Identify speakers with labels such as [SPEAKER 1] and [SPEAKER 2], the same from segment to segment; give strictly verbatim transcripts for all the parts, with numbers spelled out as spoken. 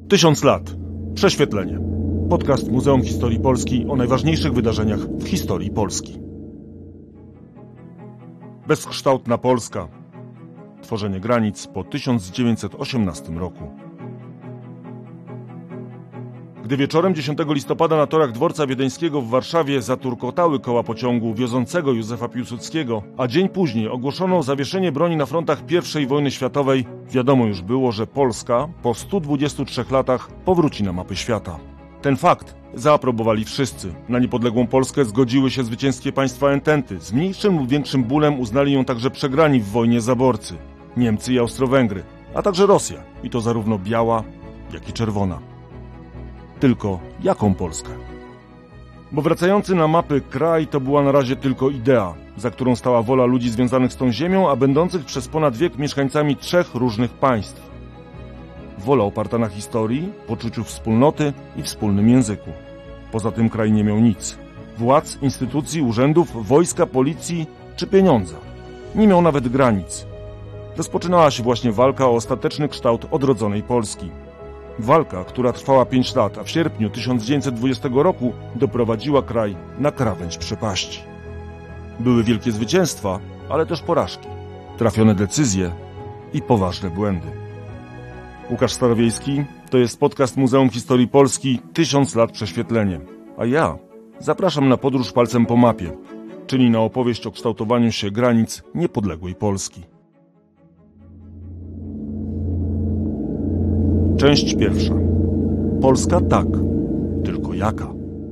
[SPEAKER 1] Tysiąc lat. Prześwietlenie. Podcast Muzeum Historii Polski o najważniejszych wydarzeniach w historii Polski. Bezkształtna Polska. Tworzenie granic po tysiąc dziewięćset osiemnastym roku. Gdy wieczorem dziesiątego listopada na torach dworca wiedeńskiego w Warszawie zaturkotały koła pociągu wiozącego Józefa Piłsudskiego, a dzień później ogłoszono zawieszenie broni na frontach pierwszej wojny światowej, wiadomo już było, że Polska po stu dwudziestu trzech latach powróci na mapy świata. Ten fakt zaaprobowali wszyscy. Na niepodległą Polskę zgodziły się zwycięskie państwa ententy. Z mniejszym lub większym bólem uznali ją także przegrani w wojnie zaborcy. Niemcy i Austro-Węgry, a także Rosja. I to zarówno biała, jak i czerwona. Tylko jaką Polskę? Bo wracający na mapy kraj to była na razie tylko idea, za którą stała wola ludzi związanych z tą ziemią, a będących przez ponad wiek mieszkańcami trzech różnych państw. Wola oparta na historii, poczuciu wspólnoty i wspólnym języku. Poza tym kraj nie miał nic. Władz, instytucji, urzędów, wojska, policji czy pieniądza. Nie miał nawet granic. Rozpoczynała się właśnie walka o ostateczny kształt odrodzonej Polski. Walka, która trwała pięć lat, a w sierpniu tysiąc dziewięćset dwudziestego roku doprowadziła kraj na krawędź przepaści. Były wielkie zwycięstwa, ale też porażki, trafione decyzje i poważne błędy. Łukasz Starowiejski, to jest podcast Muzeum Historii Polski Tysiąc lat prześwietlenie, a ja zapraszam na podróż palcem po mapie, czyli na opowieść o kształtowaniu się granic niepodległej Polski. Część pierwsza. Polska tak, tylko jaka?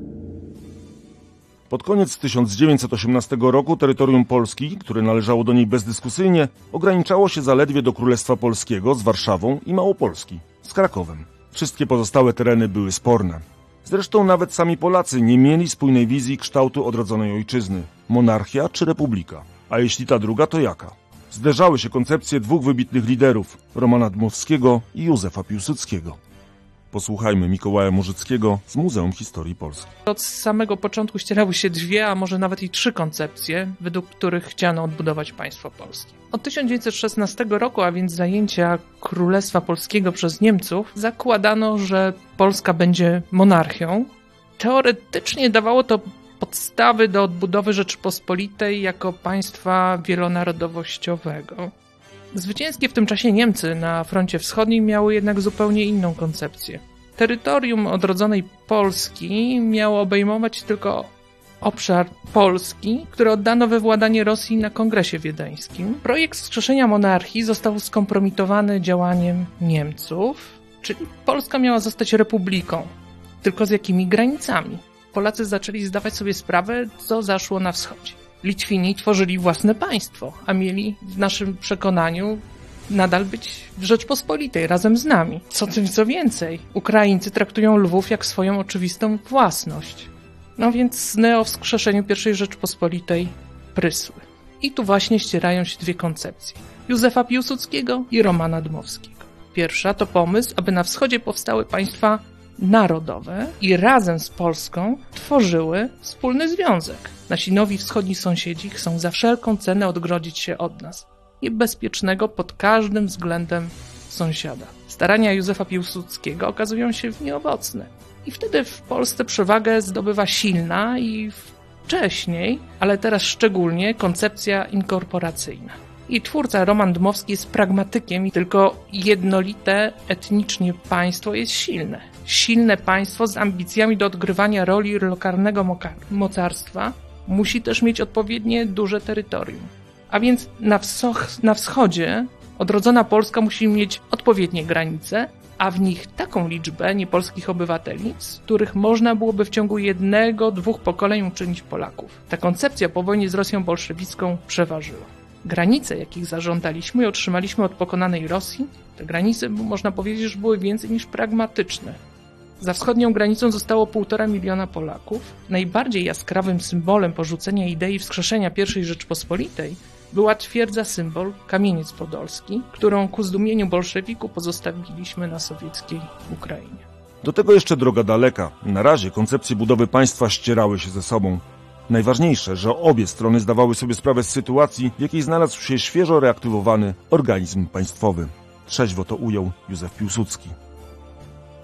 [SPEAKER 1] Pod koniec tysiąc dziewięćset osiemnastego roku terytorium Polski, które należało do niej bezdyskusyjnie, ograniczało się zaledwie do Królestwa Polskiego z Warszawą i Małopolski z Krakowem. Wszystkie pozostałe tereny były sporne. Zresztą nawet sami Polacy nie mieli spójnej wizji kształtu odrodzonej ojczyzny. Monarchia czy republika? A jeśli ta druga, to jaka? Zderzały się koncepcje dwóch wybitnych liderów, Romana Dmowskiego i Józefa Piłsudskiego. Posłuchajmy Mikołaja Morzyckiego z Muzeum Historii Polski.
[SPEAKER 2] Od samego początku ścierały się dwie, a może nawet i trzy koncepcje, według których chciano odbudować państwo polskie. Od tysiąc dziewięćset szesnastego roku, a więc zajęcia Królestwa Polskiego przez Niemców, zakładano, że Polska będzie monarchią. Teoretycznie dawało to podstawy do odbudowy Rzeczypospolitej jako państwa wielonarodowościowego. Zwycięskie w tym czasie Niemcy na froncie wschodnim miały jednak zupełnie inną koncepcję. Terytorium odrodzonej Polski miało obejmować tylko obszar Polski, który oddano we władanie Rosji na Kongresie Wiedeńskim. Projekt wskrzeszenia monarchii został skompromitowany działaniem Niemców, czyli Polska miała zostać republiką. Tylko z jakimi granicami? Polacy zaczęli zdawać sobie sprawę, co zaszło na wschodzie. Litwini tworzyli własne państwo, a mieli w naszym przekonaniu nadal być w Rzeczpospolitej razem z nami. Co tym co więcej, Ukraińcy traktują Lwów jak swoją oczywistą własność. No więc sny o wskrzeszeniu pierwszej Rzeczpospolitej prysły. I tu właśnie ścierają się dwie koncepcje. Józefa Piłsudskiego i Romana Dmowskiego. Pierwsza to pomysł, aby na wschodzie powstały państwa narodowe i razem z Polską tworzyły wspólny związek. Nasi nowi wschodni sąsiedzi chcą za wszelką cenę odgrodzić się od nas. Niebezpiecznego pod każdym względem sąsiada. Starania Józefa Piłsudskiego okazują się nieowocne. I wtedy w Polsce przewagę zdobywa silna i wcześniej, ale teraz szczególnie, koncepcja inkorporacyjna. I twórca Roman Dmowski jest pragmatykiem i tylko jednolite etnicznie państwo jest silne. Silne państwo z ambicjami do odgrywania roli lokalnego mocarstwa musi też mieć odpowiednie duże terytorium. A więc na, wso- na wschodzie odrodzona Polska musi mieć odpowiednie granice, a w nich taką liczbę niepolskich obywateli, z których można byłoby w ciągu jednego, dwóch pokoleń uczynić Polaków. Ta koncepcja po wojnie z Rosją bolszewicką przeważyła. Granice, jakich zażądaliśmy i otrzymaliśmy od pokonanej Rosji, te granice, można powiedzieć, że były więcej niż pragmatyczne. Za wschodnią granicą zostało półtora miliona Polaków. Najbardziej jaskrawym symbolem porzucenia idei wskrzeszenia pierwszej Rzeczpospolitej była twierdza symbol Kamieniec Podolski, którą ku zdumieniu bolszewików pozostawiliśmy na sowieckiej Ukrainie.
[SPEAKER 1] Do tego jeszcze droga daleka. Na razie koncepcje budowy państwa ścierały się ze sobą. Najważniejsze, że obie strony zdawały sobie sprawę z sytuacji, w jakiej znalazł się świeżo reaktywowany organizm państwowy. Trzeźwo to ujął Józef Piłsudski.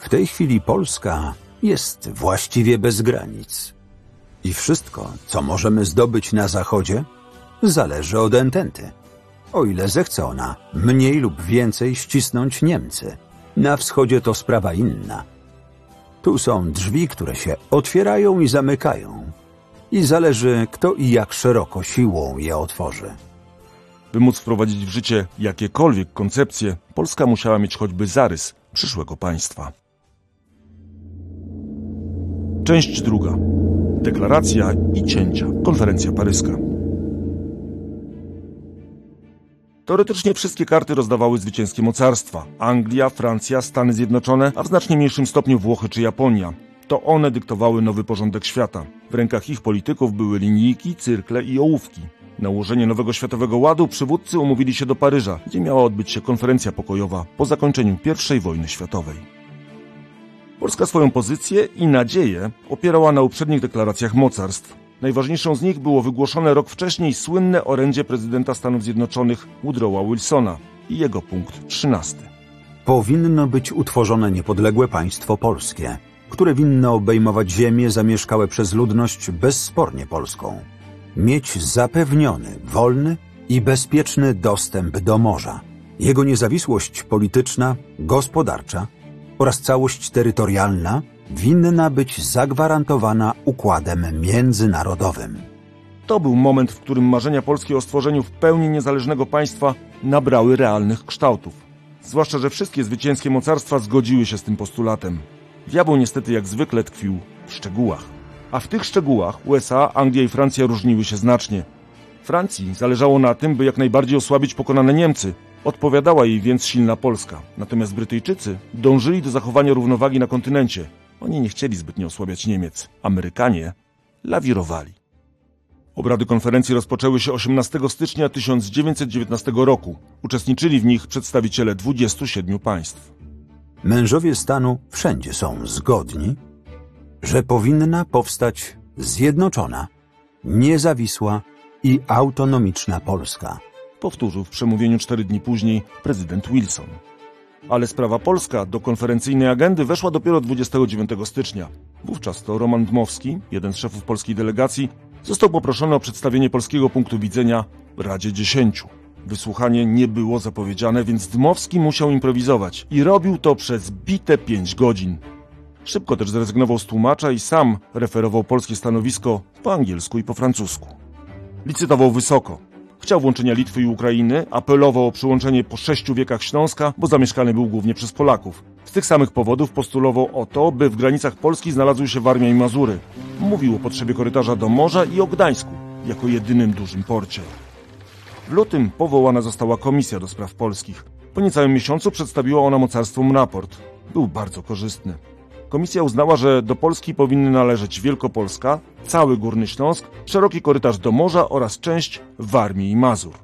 [SPEAKER 3] W tej chwili Polska jest właściwie bez granic. I wszystko, co możemy zdobyć na zachodzie, zależy od ententy. O ile zechce ona mniej lub więcej ścisnąć Niemcy. Na wschodzie to sprawa inna. Tu są drzwi, które się otwierają i zamykają. I zależy, kto i jak szeroko siłą je otworzy.
[SPEAKER 1] By móc wprowadzić w życie jakiekolwiek koncepcje, Polska musiała mieć choćby zarys przyszłego państwa. Część druga. Deklaracja i cięcia. Konferencja paryska. Teoretycznie wszystkie karty rozdawały zwycięskie mocarstwa. Anglia, Francja, Stany Zjednoczone, a w znacznie mniejszym stopniu Włochy czy Japonia. To one dyktowały nowy porządek świata. W rękach ich polityków były linijki, cyrkle i ołówki. Na ułożenie nowego światowego ładu przywódcy umówili się do Paryża, gdzie miała odbyć się konferencja pokojowa po zakończeniu pierwszej wojny światowej. Polska swoją pozycję i nadzieję opierała na uprzednich deklaracjach mocarstw. Najważniejszą z nich było wygłoszone rok wcześniej słynne orędzie prezydenta Stanów Zjednoczonych Woodrowa Wilsona i jego punkt trzynasty.
[SPEAKER 3] Powinno być utworzone niepodległe państwo polskie, które winno obejmować ziemię zamieszkałe przez ludność bezspornie polską. Mieć zapewniony, wolny i bezpieczny dostęp do morza. Jego niezawisłość polityczna, gospodarcza oraz całość terytorialna winna być zagwarantowana układem międzynarodowym.
[SPEAKER 1] To był moment, w którym marzenia polskie o stworzeniu w pełni niezależnego państwa nabrały realnych kształtów. Zwłaszcza, że wszystkie zwycięskie mocarstwa zgodziły się z tym postulatem. Diabeł niestety jak zwykle tkwił w szczegółach. A w tych szczegółach U S A, Anglia i Francja różniły się znacznie. Francji zależało na tym, by jak najbardziej osłabić pokonane Niemcy. Odpowiadała jej więc silna Polska. Natomiast Brytyjczycy dążyli do zachowania równowagi na kontynencie. Oni nie chcieli zbytnio osłabiać Niemiec. Amerykanie lawirowali. Obrady konferencji rozpoczęły się osiemnastego stycznia tysiąc dziewięćset dziewiętnastego roku. Uczestniczyli w nich przedstawiciele dwudziestu siedmiu państw.
[SPEAKER 3] Mężowie stanu wszędzie są zgodni, że powinna powstać zjednoczona, niezawisła i autonomiczna Polska.
[SPEAKER 1] Powtórzył w przemówieniu cztery dni później prezydent Wilson. Ale sprawa polska do konferencyjnej agendy weszła dopiero dwudziestego dziewiątego stycznia. Wówczas to Roman Dmowski, jeden z szefów polskiej delegacji, został poproszony o przedstawienie polskiego punktu widzenia Radzie Dziesięciu. Wysłuchanie nie było zapowiedziane, więc Dmowski musiał improwizować i robił to przez bite pięć godzin. Szybko też zrezygnował z tłumacza i sam referował polskie stanowisko po angielsku i po francusku. Licytował wysoko. Chciał włączenia Litwy i Ukrainy, apelował o przyłączenie po sześciu wiekach Śląska, bo zamieszkany był głównie przez Polaków. Z tych samych powodów postulował o to, by w granicach Polski znalazły się Warmia i Mazury. Mówił o potrzebie korytarza do morza i o Gdańsku, jako jedynym dużym porcie. W lutym powołana została Komisja do Spraw Polskich. Po niecałym miesiącu przedstawiła ona mocarstwom raport. Był bardzo korzystny. Komisja uznała, że do Polski powinny należeć Wielkopolska, cały Górny Śląsk, szeroki korytarz do morza oraz część Warmii i Mazur.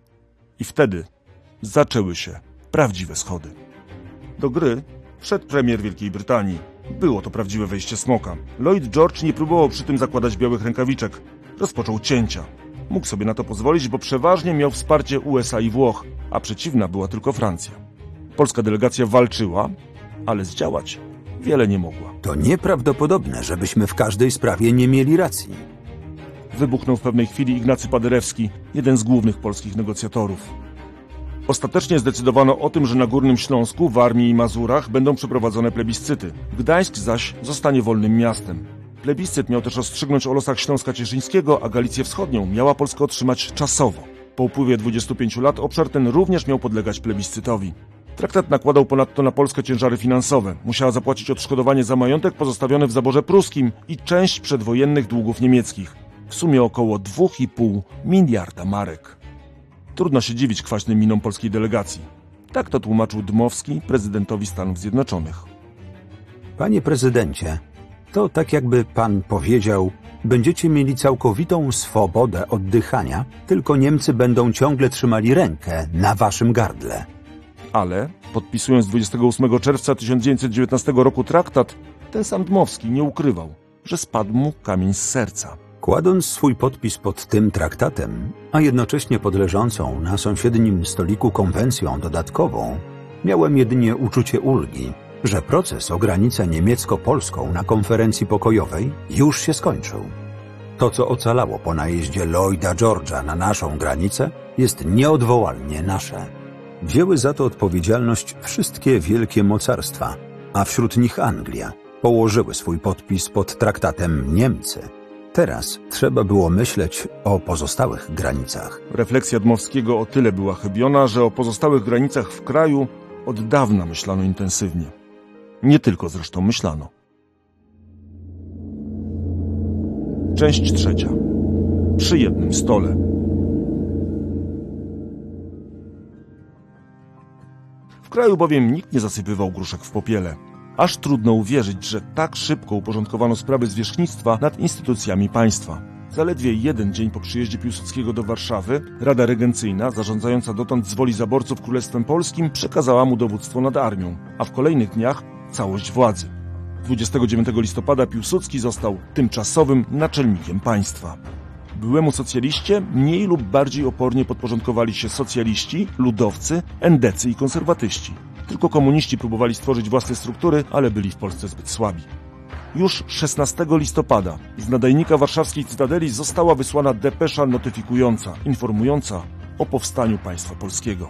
[SPEAKER 1] I wtedy zaczęły się prawdziwe schody. Do gry wszedł premier Wielkiej Brytanii. Było to prawdziwe wejście smoka. Lloyd George nie próbował przy tym zakładać białych rękawiczek. Rozpoczął cięcia. Mógł sobie na to pozwolić, bo przeważnie miał wsparcie U S A i Włoch, a przeciwna była tylko Francja. Polska delegacja walczyła, ale zdziałać wiele nie mogła.
[SPEAKER 3] To nieprawdopodobne, żebyśmy w każdej sprawie nie mieli racji.
[SPEAKER 1] Wybuchnął w pewnej chwili Ignacy Paderewski, jeden z głównych polskich negocjatorów. Ostatecznie zdecydowano o tym, że na Górnym Śląsku, Warmii i Mazurach będą przeprowadzone plebiscyty. Gdańsk zaś zostanie wolnym miastem. Plebiscyt miał też rozstrzygnąć o losach Śląska Cieszyńskiego, a Galicję Wschodnią miała Polska otrzymać czasowo. Po upływie dwudziestu pięciu lat obszar ten również miał podlegać plebiscytowi. Traktat nakładał ponadto na Polskę ciężary finansowe. Musiała zapłacić odszkodowanie za majątek pozostawiony w zaborze pruskim i część przedwojennych długów niemieckich. W sumie około dwa i pół miliarda marek. Trudno się dziwić kwaśnym minom polskiej delegacji. Tak to tłumaczył Dmowski prezydentowi Stanów Zjednoczonych.
[SPEAKER 3] Panie prezydencie, to tak jakby pan powiedział, będziecie mieli całkowitą swobodę oddychania, tylko Niemcy będą ciągle trzymali rękę na waszym gardle.
[SPEAKER 1] Ale, podpisując dwudziestego ósmego czerwca tysiąc dziewięćset dziewiętnastego roku traktat, ten sam Dmowski nie ukrywał, że spadł mu kamień z serca.
[SPEAKER 3] Kładąc swój podpis pod tym traktatem, a jednocześnie pod leżącą na sąsiednim stoliku konwencją dodatkową, miałem jedynie uczucie ulgi, że proces o granicę niemiecko-polską na konferencji pokojowej już się skończył. To, co ocalało po najeździe Lloyda George'a na naszą granicę, jest nieodwołalnie nasze. Wzięły za to odpowiedzialność wszystkie wielkie mocarstwa, a wśród nich Anglia. Położyły swój podpis pod traktatem Niemcy. Teraz trzeba było myśleć o pozostałych granicach.
[SPEAKER 1] Refleksja Dmowskiego o tyle była chybiona, że o pozostałych granicach w kraju od dawna myślano intensywnie. Nie tylko zresztą myślano. Część trzecia. Przy jednym stole. W kraju bowiem nikt nie zasypywał gruszek w popiele. Aż trudno uwierzyć, że tak szybko uporządkowano sprawy zwierzchnictwa nad instytucjami państwa. Zaledwie jeden dzień po przyjeździe Piłsudskiego do Warszawy, Rada Regencyjna, zarządzająca dotąd z woli zaborców Królestwem Polskim, przekazała mu dowództwo nad armią, a w kolejnych dniach całość władzy. dwudziestego dziewiątego listopada Piłsudski został tymczasowym naczelnikiem państwa. Byłemu socjaliście mniej lub bardziej opornie podporządkowali się socjaliści, ludowcy, endecy i konserwatyści. Tylko komuniści próbowali stworzyć własne struktury, ale byli w Polsce zbyt słabi. Już szesnastego listopada z nadajnika warszawskiej Cytadeli została wysłana depesza notyfikująca, informująca o powstaniu państwa polskiego.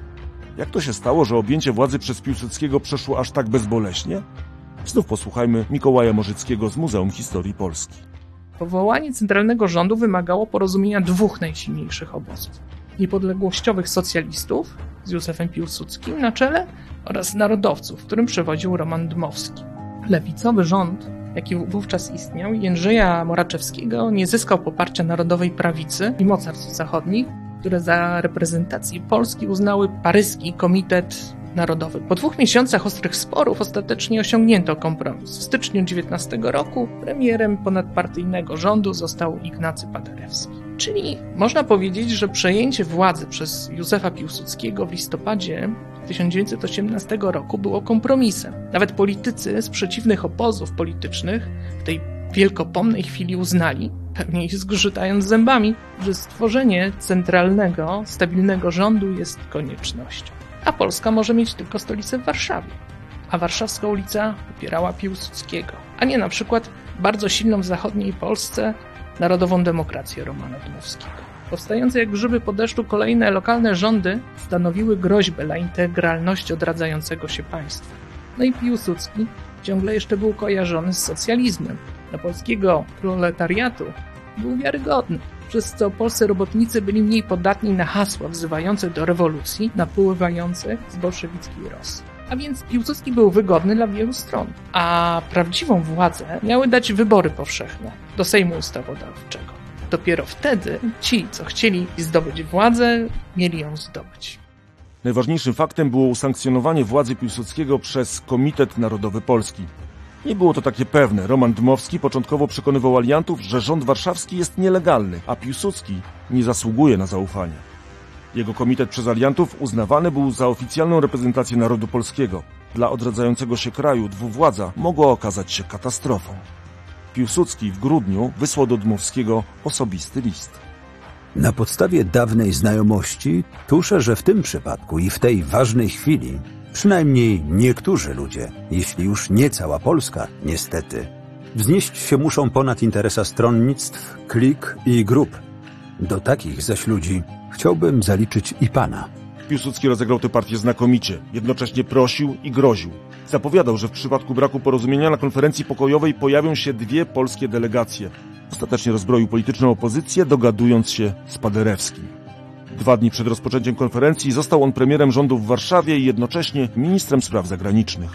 [SPEAKER 1] Jak to się stało, że objęcie władzy przez Piłsudskiego przeszło aż tak bezboleśnie? Znów posłuchajmy Mikołaja Morzyckiego z Muzeum Historii Polski.
[SPEAKER 2] Powołanie centralnego rządu wymagało porozumienia dwóch najsilniejszych obozów. Niepodległościowych socjalistów z Józefem Piłsudskim na czele oraz narodowców, którym przewodził Roman Dmowski. Lewicowy rząd, jaki wówczas istniał, Jędrzeja Moraczewskiego, nie zyskał poparcia narodowej prawicy i mocarstw zachodnich, które za reprezentację Polski uznały paryski Komitet Narodowy. Po dwóch miesiącach ostrych sporów ostatecznie osiągnięto kompromis. W styczniu dziewiętnastego roku premierem ponadpartyjnego rządu został Ignacy Paderewski. Czyli można powiedzieć, że przejęcie władzy przez Józefa Piłsudskiego w listopadzie tysiąc dziewięćset osiemnastego roku było kompromisem. Nawet politycy z przeciwnych obozów politycznych w tej wielkopomnej chwili uznali, pewnie zgrzytając zębami, że stworzenie centralnego, stabilnego rządu jest koniecznością. A Polska może mieć tylko stolicę w Warszawie. A warszawska ulica popierała Piłsudskiego, a nie na przykład bardzo silną w zachodniej Polsce narodową demokrację Romana Dmowskiego. Powstające jak grzyby po deszczu kolejne lokalne rządy stanowiły groźbę dla integralności odradzającego się państwa. No i Piłsudski ciągle jeszcze był kojarzony z socjalizmem. Dla polskiego proletariatu był wiarygodny, przez co polscy robotnicy byli mniej podatni na hasła wzywające do rewolucji napływających z bolszewickiej Rosji. A więc Piłsudski był wygodny dla wielu stron. A prawdziwą władzę miały dać wybory powszechne do Sejmu Ustawodawczego. Dopiero wtedy ci, co chcieli zdobyć władzę, mieli ją zdobyć.
[SPEAKER 1] Najważniejszym faktem było usankcjonowanie władzy Piłsudskiego przez Komitet Narodowy Polski. Nie było to takie pewne. Roman Dmowski początkowo przekonywał aliantów, że rząd warszawski jest nielegalny, a Piłsudski nie zasługuje na zaufanie. Jego komitet przez aliantów uznawany był za oficjalną reprezentację narodu polskiego. Dla odradzającego się kraju dwuwładza mogła okazać się katastrofą. Piłsudski w grudniu wysłał do Dmowskiego osobisty list.
[SPEAKER 3] Na podstawie dawnej znajomości tuszę, że w tym przypadku i w tej ważnej chwili przynajmniej niektórzy ludzie, jeśli już nie cała Polska, niestety, wznieść się muszą ponad interesa stronnictw, klik i grup. Do takich zaś ludzi chciałbym zaliczyć i pana.
[SPEAKER 1] Piłsudski rozegrał tę partię znakomicie, jednocześnie prosił i groził. Zapowiadał, że w przypadku braku porozumienia na konferencji pokojowej pojawią się dwie polskie delegacje. Ostatecznie rozbroił polityczną opozycję, dogadując się z Paderewskim. Dwa dni przed rozpoczęciem konferencji został on premierem rządu w Warszawie i jednocześnie ministrem spraw zagranicznych.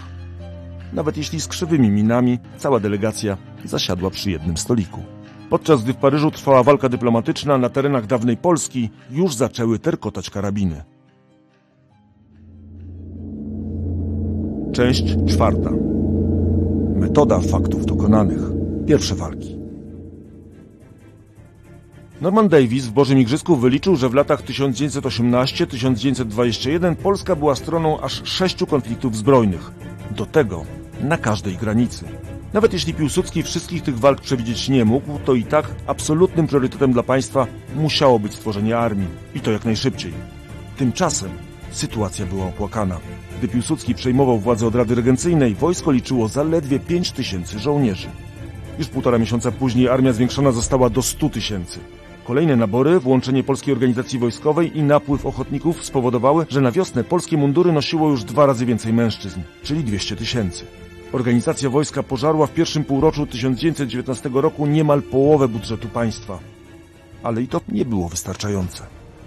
[SPEAKER 1] Nawet jeśli z krzywymi minami, cała delegacja zasiadła przy jednym stoliku. Podczas gdy w Paryżu trwała walka dyplomatyczna, na terenach dawnej Polski już zaczęły terkotać karabiny. Część czwarta. Metoda faktów dokonanych. Pierwsze walki. Norman Davis w Bożym Igrzysko wyliczył, że w latach tysiąc dziewięćset osiemnasty do tysiąc dziewięćset dwudziestego pierwszego Polska była stroną aż sześciu konfliktów zbrojnych. Do tego na każdej granicy. Nawet jeśli Piłsudski wszystkich tych walk przewidzieć nie mógł, to i tak absolutnym priorytetem dla państwa musiało być stworzenie armii. I to jak najszybciej. Tymczasem Sytuacja była opłakana. Gdy Piłsudski przejmował władzę od Rady Regencyjnej, wojsko liczyło zaledwie pięć tysięcy żołnierzy. Już półtora miesiąca później armia zwiększona została do stu tysięcy. Kolejne nabory, włączenie polskiej organizacji wojskowej i napływ ochotników spowodowały, że na wiosnę polskie mundury nosiło już dwa razy więcej mężczyzn, czyli dwieście tysięcy. Organizacja wojska pożarła w pierwszym półroczu tysiąc dziewięćset dziewiętnastego roku niemal połowę budżetu państwa. Ale i to nie było wystarczające.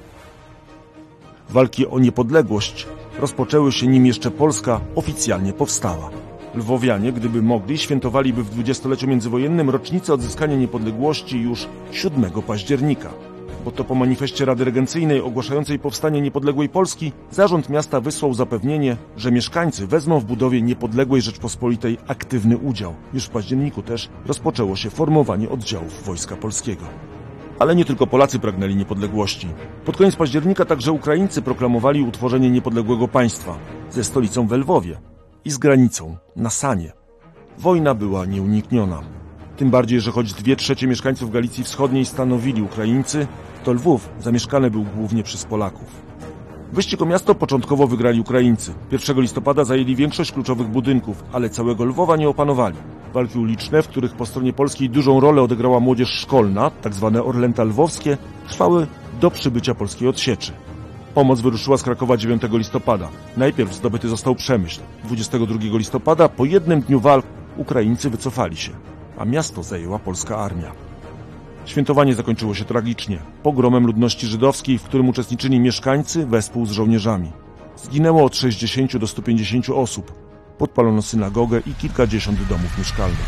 [SPEAKER 1] Walki o niepodległość rozpoczęły się, nim jeszcze Polska oficjalnie powstała. Lwowianie, gdyby mogli, świętowaliby w dwudziestoleciu międzywojennym rocznicę odzyskania niepodległości już siódmego października. Bo to po manifestie Rady Regencyjnej ogłaszającej powstanie niepodległej Polski zarząd miasta wysłał zapewnienie, że mieszkańcy wezmą w budowie niepodległej Rzeczpospolitej aktywny udział. Już w październiku też rozpoczęło się formowanie oddziałów Wojska Polskiego. Ale nie tylko Polacy pragnęli niepodległości. Pod koniec października także Ukraińcy proklamowali utworzenie niepodległego państwa ze stolicą w Lwowie i z granicą na Sanie. Wojna była nieunikniona. Tym bardziej, że choć dwie trzecie mieszkańców Galicji Wschodniej stanowili Ukraińcy, to Lwów zamieszkany był głównie przez Polaków. Wyścig o miasto początkowo wygrali Ukraińcy. pierwszego listopada zajęli większość kluczowych budynków, ale całego Lwowa nie opanowali. Walki uliczne, w których po stronie polskiej dużą rolę odegrała młodzież szkolna, tak zwane Orlęta lwowskie, trwały do przybycia polskiej odsieczy. Pomoc wyruszyła z Krakowa dziewiątego listopada. Najpierw zdobyty został Przemyśl. dwudziestego drugiego listopada, po jednym dniu walk, Ukraińcy wycofali się, a miasto zajęła polska armia. Świętowanie zakończyło się tragicznie, pogromem ludności żydowskiej, w którym uczestniczyli mieszkańcy wespół z żołnierzami. Zginęło od sześćdziesięciu do stu pięćdziesięciu osób. Podpalono synagogę i kilkadziesiąt domów mieszkalnych.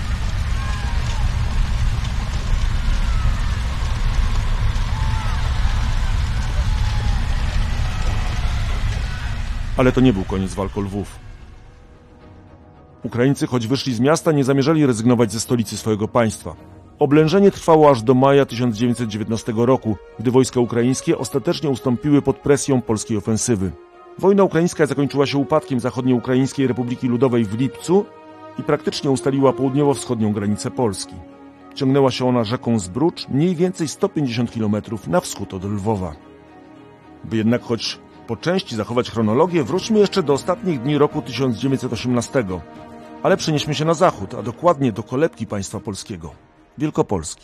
[SPEAKER 1] Ale to nie był koniec walk o Lwów. Ukraińcy, choć wyszli z miasta, nie zamierzali rezygnować ze stolicy swojego państwa. Oblężenie trwało aż do maja tysiąc dziewięćset dziewiętnastego roku, gdy wojska ukraińskie ostatecznie ustąpiły pod presją polskiej ofensywy. Wojna ukraińska zakończyła się upadkiem Zachodnioukraińskiej Republiki Ludowej w lipcu i praktycznie ustaliła południowo-wschodnią granicę Polski. Ciągnęła się ona rzeką Zbrucz mniej więcej sto pięćdziesiąt kilometrów na wschód od Lwowa. By jednak choć po części zachować chronologię, wróćmy jeszcze do ostatnich dni roku tysiąc dziewięćset osiemnastego. Ale przenieśmy się na zachód, a dokładnie do kolebki państwa polskiego – Wielkopolski.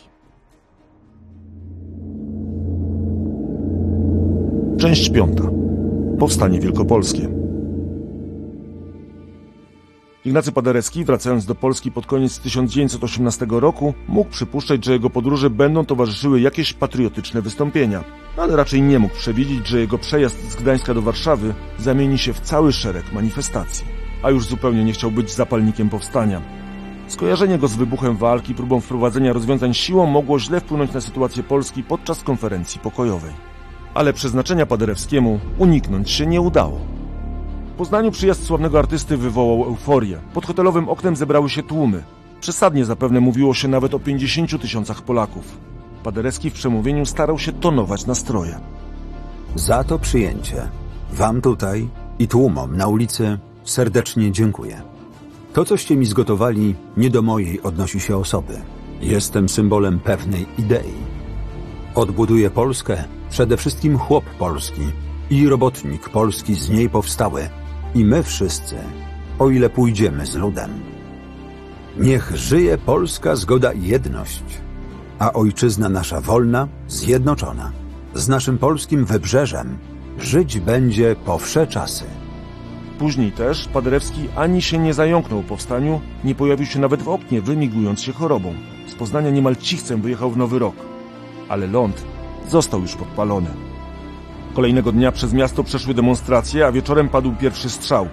[SPEAKER 1] Część piąta. Powstanie wielkopolskie. Ignacy Paderewski, wracając do Polski pod koniec tysiąc dziewięćset osiemnastego roku, mógł przypuszczać, że jego podróży będą towarzyszyły jakieś patriotyczne wystąpienia, ale raczej nie mógł przewidzieć, że jego przejazd z Gdańska do Warszawy zamieni się w cały szereg manifestacji. A już zupełnie nie chciał być zapalnikiem powstania. Skojarzenie go z wybuchem walki, próbą wprowadzenia rozwiązań siłą mogło źle wpłynąć na sytuację Polski podczas konferencji pokojowej. Ale przeznaczenia Paderewskiemu uniknąć się nie udało. W Poznaniu przyjazd sławnego artysty wywołał euforię. Pod hotelowym oknem zebrały się tłumy. Przesadnie zapewne mówiło się nawet o pięćdziesięciu tysiącach Polaków. Paderewski w przemówieniu starał się tonować nastroje.
[SPEAKER 3] Za to przyjęcie wam tutaj i tłumom na ulicy serdecznie dziękuję. To, coście mi zgotowali, nie do mojej odnosi się osoby. Jestem symbolem pewnej idei. Odbuduję Polskę przede wszystkim chłop polski i robotnik polski z niej powstały i my wszyscy, o ile pójdziemy z ludem. Niech żyje polska zgoda i jedność, a ojczyzna nasza wolna, zjednoczona, z naszym polskim wybrzeżem żyć będzie po wsze czasy.
[SPEAKER 1] Później też Paderewski ani się nie zająknął powstaniu, nie pojawił się nawet w oknie, wymigując się chorobą. Z Poznania niemal cichcem wyjechał w Nowy Rok. Ale ląd został już podpalony. Kolejnego dnia przez miasto przeszły demonstracje, a wieczorem padł pierwszy strzał.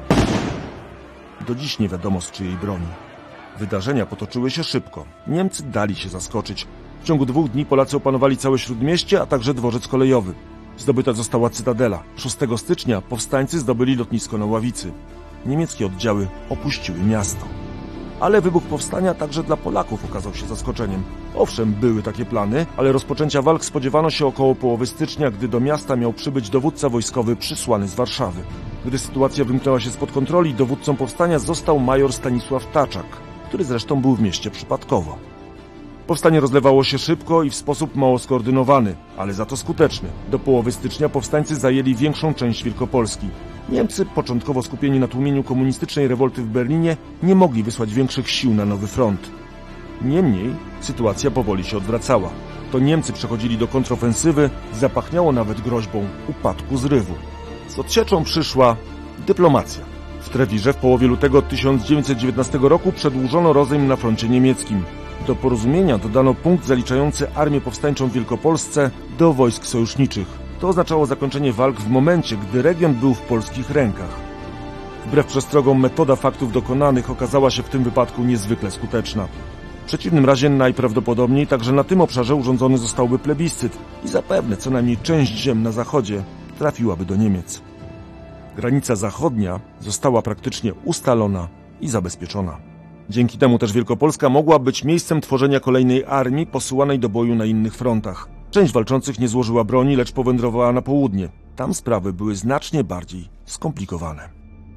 [SPEAKER 1] Do dziś nie wiadomo z czyjej broni. Wydarzenia potoczyły się szybko. Niemcy dali się zaskoczyć. W ciągu dwóch dni Polacy opanowali całe Śródmieście, a także dworzec kolejowy. Zdobyta została Cytadela. szóstego stycznia powstańcy zdobyli lotnisko na Ławicy. Niemieckie oddziały opuściły miasto. Ale wybuch powstania także dla Polaków okazał się zaskoczeniem. Owszem, były takie plany, ale rozpoczęcia walk spodziewano się około połowy stycznia, gdy do miasta miał przybyć dowódca wojskowy przysłany z Warszawy. Gdy sytuacja wymknęła się spod kontroli, dowódcą powstania został major Stanisław Taczak, który zresztą był w mieście przypadkowo. Powstanie rozlewało się szybko i w sposób mało skoordynowany, ale za to skuteczny. Do połowy stycznia powstańcy zajęli większą część Wielkopolski. Niemcy, początkowo skupieni na tłumieniu komunistycznej rewolty w Berlinie, nie mogli wysłać większych sił na nowy front. Niemniej sytuacja powoli się odwracała. To Niemcy przechodzili do kontrofensywy, zapachniało nawet groźbą upadku zrywu. Z odsieczą przyszła dyplomacja. W Trewirze w połowie lutego tysiąc dziewięćset dziewiętnastego roku przedłużono rozejm na froncie niemieckim. Do porozumienia dodano punkt zaliczający Armię Powstańczą w Wielkopolsce do wojsk sojuszniczych. To oznaczało zakończenie walk w momencie, gdy region był w polskich rękach. Wbrew przestrogom metoda faktów dokonanych okazała się w tym wypadku niezwykle skuteczna. W przeciwnym razie najprawdopodobniej także na tym obszarze urządzony zostałby plebiscyt i zapewne co najmniej część ziem na zachodzie trafiłaby do Niemiec. Granica zachodnia została praktycznie ustalona i zabezpieczona. Dzięki temu też Wielkopolska mogła być miejscem tworzenia kolejnej armii posyłanej do boju na innych frontach. Część walczących nie złożyła broni, lecz powędrowała na południe. Tam sprawy były znacznie bardziej skomplikowane.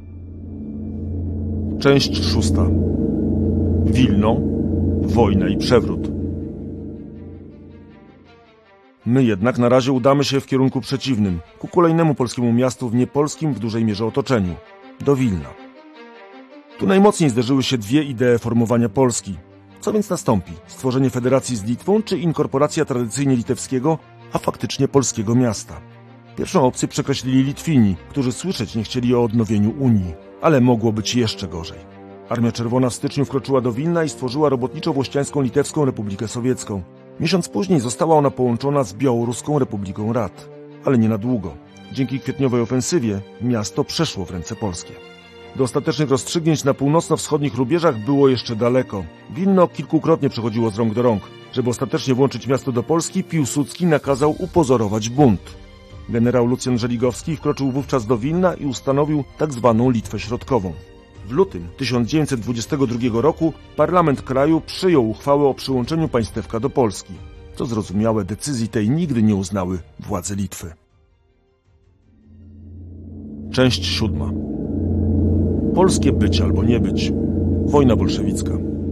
[SPEAKER 1] Część szósta. Wilno, wojna i przewrót. My jednak na razie udamy się w kierunku przeciwnym, ku kolejnemu polskiemu miastu w niepolskim w dużej mierze otoczeniu, do Wilna. Tu najmocniej zderzyły się dwie idee formowania Polski. Co więc nastąpi? Stworzenie federacji z Litwą czy inkorporacja tradycyjnie litewskiego, a faktycznie polskiego miasta? Pierwszą opcję przekreślili Litwini, którzy słyszeć nie chcieli o odnowieniu Unii, ale mogło być jeszcze gorzej. Armia Czerwona w styczniu wkroczyła do Wilna i stworzyła robotniczo-włościańską Litewską Republikę Sowiecką. Miesiąc później została ona połączona z Białoruską Republiką Rad, ale nie na długo. Dzięki kwietniowej ofensywie miasto przeszło w ręce polskie. Do ostatecznych rozstrzygnięć na północno-wschodnich rubieżach było jeszcze daleko. Wilno kilkukrotnie przechodziło z rąk do rąk. Żeby ostatecznie włączyć miasto do Polski, Piłsudski nakazał upozorować bunt. Generał Lucjan Żeligowski wkroczył wówczas do Wilna i ustanowił tzw. Litwę Środkową. W lutym tysiąc dziewięćset dwudziestego drugiego roku parlament kraju przyjął uchwałę o przyłączeniu państewka do Polski. Co zrozumiałe, decyzji tej nigdy nie uznały władze Litwy. Część siódma. Polskie być albo nie być. Wojna bolszewicka.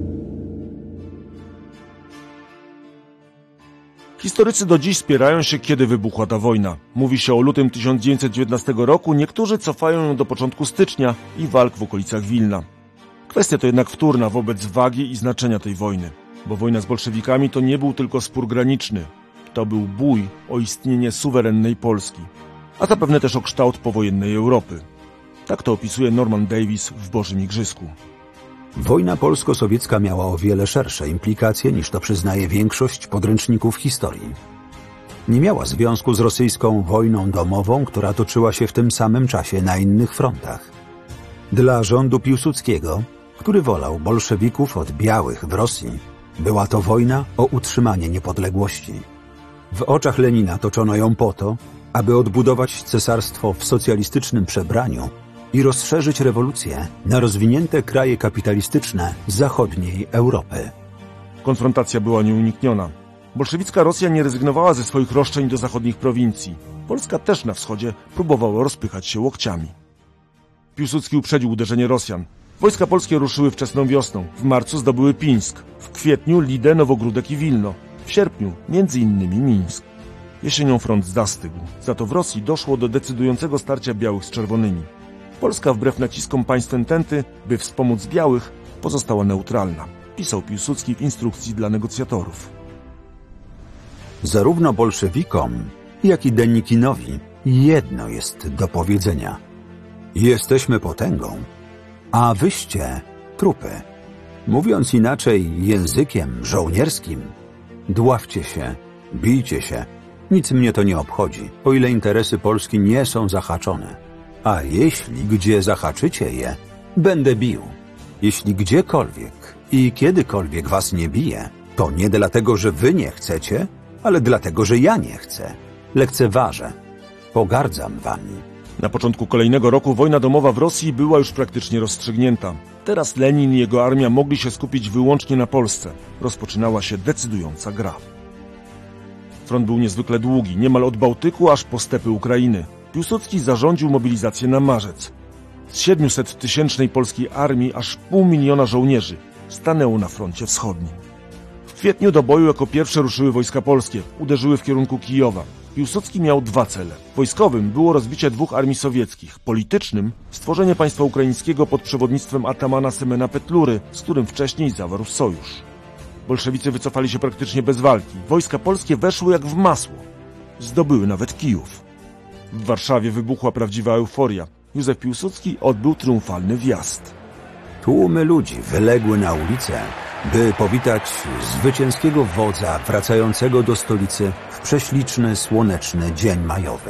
[SPEAKER 1] Historycy do dziś spierają się, kiedy wybuchła ta wojna. Mówi się o lutym tysiąc dziewięćset dziewiętnastego roku, niektórzy cofają ją do początku stycznia i walk w okolicach Wilna. Kwestia to jednak wtórna wobec wagi i znaczenia tej wojny, bo wojna z bolszewikami to nie był tylko spór graniczny. To był bój o istnienie suwerennej Polski, a zapewne też o kształt powojennej Europy. Tak to opisuje Norman Davis w Bożym Igrzysku.
[SPEAKER 3] Wojna polsko-sowiecka miała o wiele szersze implikacje, niż to przyznaje większość podręczników historii. Nie miała związku z rosyjską wojną domową, która toczyła się w tym samym czasie na innych frontach. Dla rządu Piłsudskiego, który wolał bolszewików od białych w Rosji, była to wojna o utrzymanie niepodległości. W oczach Lenina toczono ją po to, aby odbudować cesarstwo w socjalistycznym przebraniu i rozszerzyć rewolucję na rozwinięte kraje kapitalistyczne zachodniej Europy.
[SPEAKER 1] Konfrontacja była nieunikniona. Bolszewicka Rosja nie rezygnowała ze swoich roszczeń do zachodnich prowincji. Polska też na wschodzie próbowała rozpychać się łokciami. Piłsudski uprzedził uderzenie Rosjan. Wojska polskie ruszyły wczesną wiosną. W marcu zdobyły Pińsk. W kwietniu Lidę, Nowogródek i Wilno. W sierpniu między innymi Mińsk. Jesienią front zastygł. Za to w Rosji doszło do decydującego starcia białych z czerwonymi. Polska wbrew naciskom państw ententy, by wspomóc białych, pozostała neutralna, pisał Piłsudski w instrukcji dla negocjatorów.
[SPEAKER 3] Zarówno bolszewikom, jak i Denikinowi jedno jest do powiedzenia. Jesteśmy potęgą, a wyście trupy. Mówiąc inaczej językiem żołnierskim, dławcie się, bijcie się. Nic mnie to nie obchodzi, o ile interesy Polski nie są zahaczone. A jeśli gdzie zahaczycie je, będę bił. Jeśli gdziekolwiek i kiedykolwiek was nie biję, to nie dlatego, że wy nie chcecie, ale dlatego, że ja nie chcę. Lekceważę. Pogardzam wami.
[SPEAKER 1] Na początku kolejnego roku wojna domowa w Rosji była już praktycznie rozstrzygnięta. Teraz Lenin i jego armia mogli się skupić wyłącznie na Polsce. Rozpoczynała się decydująca gra. Front był niezwykle długi, niemal od Bałtyku aż po stepy Ukrainy. Piłsudski zarządził mobilizację na marzec. Z siedmiusettysięcznej polskiej armii aż pół miliona żołnierzy stanęło na froncie wschodnim. kwietniu do boju jako pierwsze ruszyły wojska polskie. Uderzyły w kierunku Kijowa. Piłsudski miał dwa cele. Wojskowym było rozbicie dwóch armii sowieckich. Politycznym stworzenie państwa ukraińskiego pod przewodnictwem atamana Semena Petlury, z którym wcześniej zawarł sojusz. Bolszewicy wycofali się praktycznie bez walki. Wojska polskie weszły jak w masło. Zdobyły nawet Kijów. W Warszawie wybuchła prawdziwa euforia. Józef Piłsudski odbył triumfalny wjazd.
[SPEAKER 3] Tłumy ludzi wyległy na ulicę, by powitać zwycięskiego wodza wracającego do stolicy w prześliczny, słoneczny dzień majowy.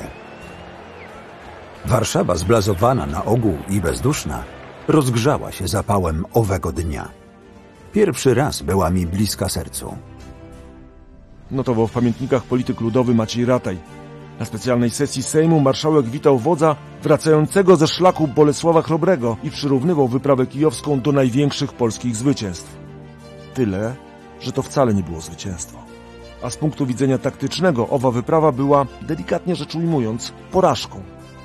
[SPEAKER 3] Warszawa, zblazowana na ogół i bezduszna, rozgrzała się zapałem owego dnia. Pierwszy raz była mi bliska sercu.
[SPEAKER 1] Notował w pamiętnikach polityk ludowy Maciej Rataj. Na specjalnej sesji Sejmu marszałek witał wodza wracającego ze szlaku Bolesława Chrobrego i przyrównywał wyprawę kijowską do największych polskich zwycięstw. Tyle, że to wcale nie było zwycięstwo. A z punktu widzenia taktycznego owa wyprawa była, delikatnie rzecz ujmując, porażką.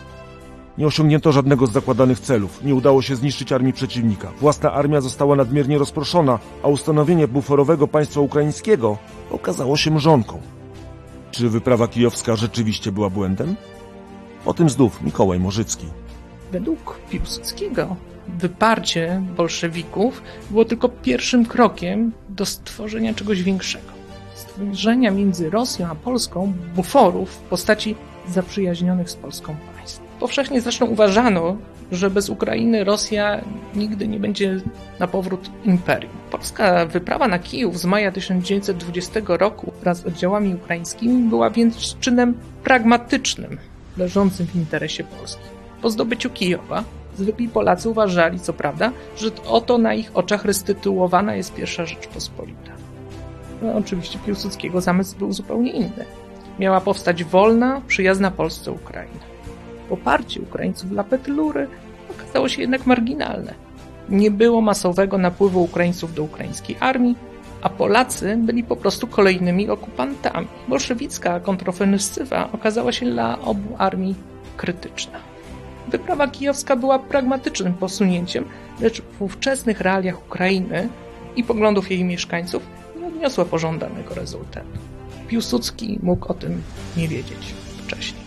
[SPEAKER 1] Nie osiągnięto żadnego z zakładanych celów, nie udało się zniszczyć armii przeciwnika. Własna armia została nadmiernie rozproszona, a ustanowienie buforowego państwa ukraińskiego okazało się mrzonką. Czy wyprawa kijowska rzeczywiście była błędem? O tym znów Mikołaj Morzycki.
[SPEAKER 2] Według Piłsudskiego wyparcie bolszewików było tylko pierwszym krokiem do stworzenia czegoś większego. Stworzenia między Rosją a Polską buforów w postaci zaprzyjaźnionych z Polską państw. Powszechnie zresztą uważano, że bez Ukrainy Rosja nigdy nie będzie na powrót imperium. Polska wyprawa na Kijów z maja tysiąc dziewięćset dwudziestego roku wraz z oddziałami ukraińskimi była więc czynem pragmatycznym, leżącym w interesie Polski. Po zdobyciu Kijowa zwykli Polacy uważali, co prawda, że oto na ich oczach restytuowana jest pierwsza Rzeczpospolita. No, oczywiście Piłsudskiego zamysł był zupełnie inny. Miała powstać wolna, przyjazna Polsce Ukraina. Poparcie Ukraińców dla Petlury okazało się jednak marginalne. Nie było masowego napływu Ukraińców do ukraińskiej armii, a Polacy byli po prostu kolejnymi okupantami. Bolszewicka kontrofensywa okazała się dla obu armii krytyczna. Wyprawa kijowska była pragmatycznym posunięciem, lecz w ówczesnych realiach Ukrainy i poglądów jej mieszkańców nie odniosła pożądanego rezultatu. Piłsudski mógł o tym nie wiedzieć wcześniej.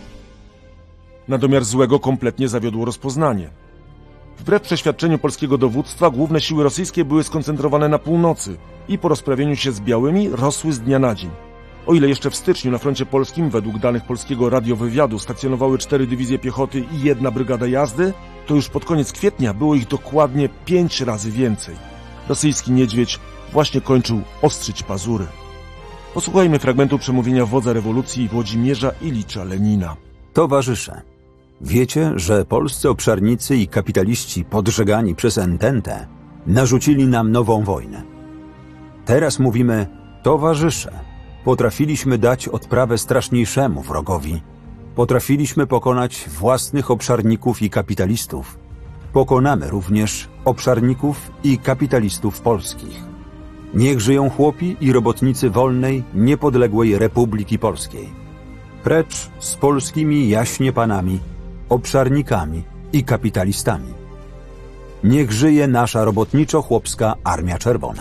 [SPEAKER 1] Na domiar złego kompletnie zawiodło rozpoznanie. Wbrew przeświadczeniu polskiego dowództwa główne siły rosyjskie były skoncentrowane na północy i po rozprawieniu się z białymi rosły z dnia na dzień. O ile jeszcze w styczniu na froncie polskim według danych polskiego radiowywiadu stacjonowały cztery dywizje piechoty i jedna brygada jazdy, to już pod koniec kwietnia było ich dokładnie pięć razy więcej. Rosyjski niedźwiedź właśnie kończył ostrzyć pazury. Posłuchajmy fragmentu przemówienia wodza rewolucji Włodzimierza Ilicza Lenina.
[SPEAKER 3] Towarzysze, wiecie, że polscy obszarnicy i kapitaliści podżegani przez Ententę narzucili nam nową wojnę. Teraz mówimy, towarzysze, potrafiliśmy dać odprawę straszniejszemu wrogowi. Potrafiliśmy pokonać własnych obszarników i kapitalistów. Pokonamy również obszarników i kapitalistów polskich. Niech żyją chłopi i robotnicy wolnej, niepodległej Republiki Polskiej. Precz z polskimi jaśnie panami, obszarnikami i kapitalistami. Niech żyje nasza robotniczo-chłopska Armia Czerwona.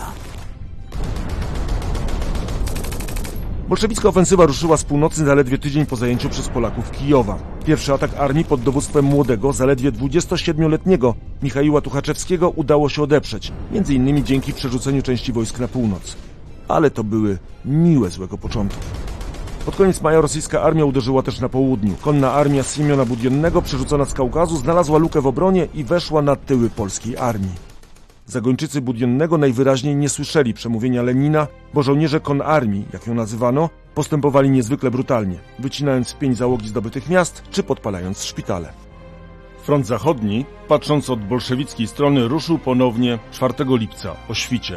[SPEAKER 1] Bolszewicka ofensywa ruszyła z północy zaledwie tydzień po zajęciu przez Polaków Kijowa. Pierwszy atak armii pod dowództwem młodego, zaledwie dwudziestosiedmioletniego Michaiła Tuchaczewskiego udało się odeprzeć, między innymi dzięki przerzuceniu części wojsk na północ. Ale to były miłe złego początku. Pod koniec maja rosyjska armia uderzyła też na południu. Konna armia Siemiona Budiennego, przerzucona z Kaukazu, znalazła lukę w obronie i weszła na tyły polskiej armii. Zagończycy Budiennego najwyraźniej nie słyszeli przemówienia Lenina, bo żołnierze konarmii, jak ją nazywano, postępowali niezwykle brutalnie, wycinając w pień załogi zdobytych miast czy podpalając szpitale. Front zachodni, patrząc od bolszewickiej strony, ruszył ponownie czwartego lipca o świcie.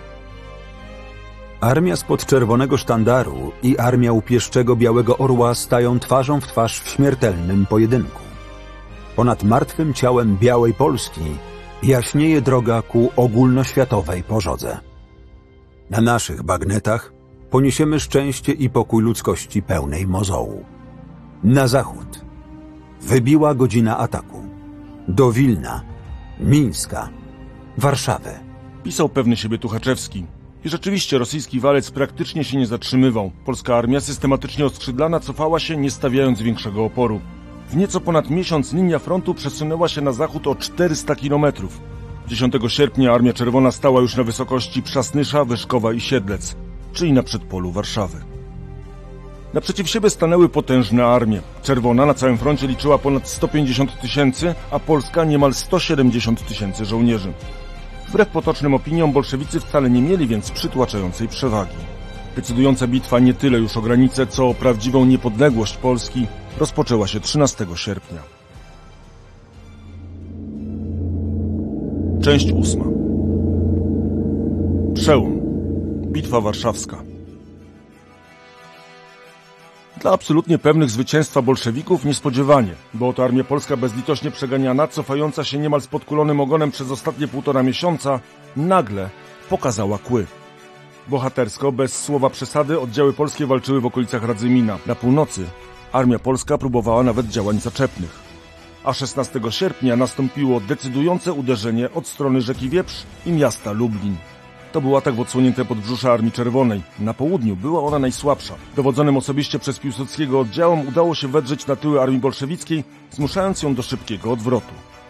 [SPEAKER 3] Armia spod czerwonego sztandaru i armia u pieszczego białego orła stają twarzą w twarz w śmiertelnym pojedynku. Ponad martwym ciałem białej Polski jaśnieje droga ku ogólnoświatowej pożodze. Na naszych bagnetach poniesiemy szczęście i pokój ludzkości pełnej mozołu. Na zachód wybiła godzina ataku. Do Wilna, Mińska, Warszawy.
[SPEAKER 1] Pisał pewny siebie Tuchaczewski. I rzeczywiście rosyjski walec praktycznie się nie zatrzymywał. Polska armia, systematycznie oskrzydlana, cofała się, nie stawiając większego oporu. W nieco ponad miesiąc linia frontu przesunęła się na zachód o czterysta kilometrów. dziesiątego sierpnia Armia Czerwona stała już na wysokości Przasnysza, Wyszkowa i Siedlec, czyli na przedpolu Warszawy. Naprzeciw siebie stanęły potężne armie. Czerwona na całym froncie liczyła ponad sto pięćdziesiąt tysięcy, a Polska niemal sto siedemdziesiąt tysięcy żołnierzy. Wbrew potocznym opiniom bolszewicy wcale nie mieli więc przytłaczającej przewagi. Decydująca bitwa nie tyle już o granicę, co o prawdziwą niepodległość Polski rozpoczęła się trzynastego sierpnia. Część ósma. Przełom. Bitwa warszawska. Dla absolutnie pewnych zwycięstwa bolszewików niespodziewanie, bo oto armia polska bezlitośnie przeganiana, cofająca się niemal z podkulonym ogonem przez ostatnie półtora miesiąca, nagle pokazała kły. Bohatersko, bez słowa przesady, oddziały polskie walczyły w okolicach Radzymina. Na północy armia polska próbowała nawet działań zaczepnych. A szesnastego sierpnia nastąpiło decydujące uderzenie od strony rzeki Wieprz i miasta Lublin. To był atak w odsłonięte podbrzusze Armii Czerwonej. Na południu była ona najsłabsza. Dowodzonym osobiście przez Piłsudskiego oddziałom udało się wedrzeć na tyły armii bolszewickiej, zmuszając ją do szybkiego odwrotu.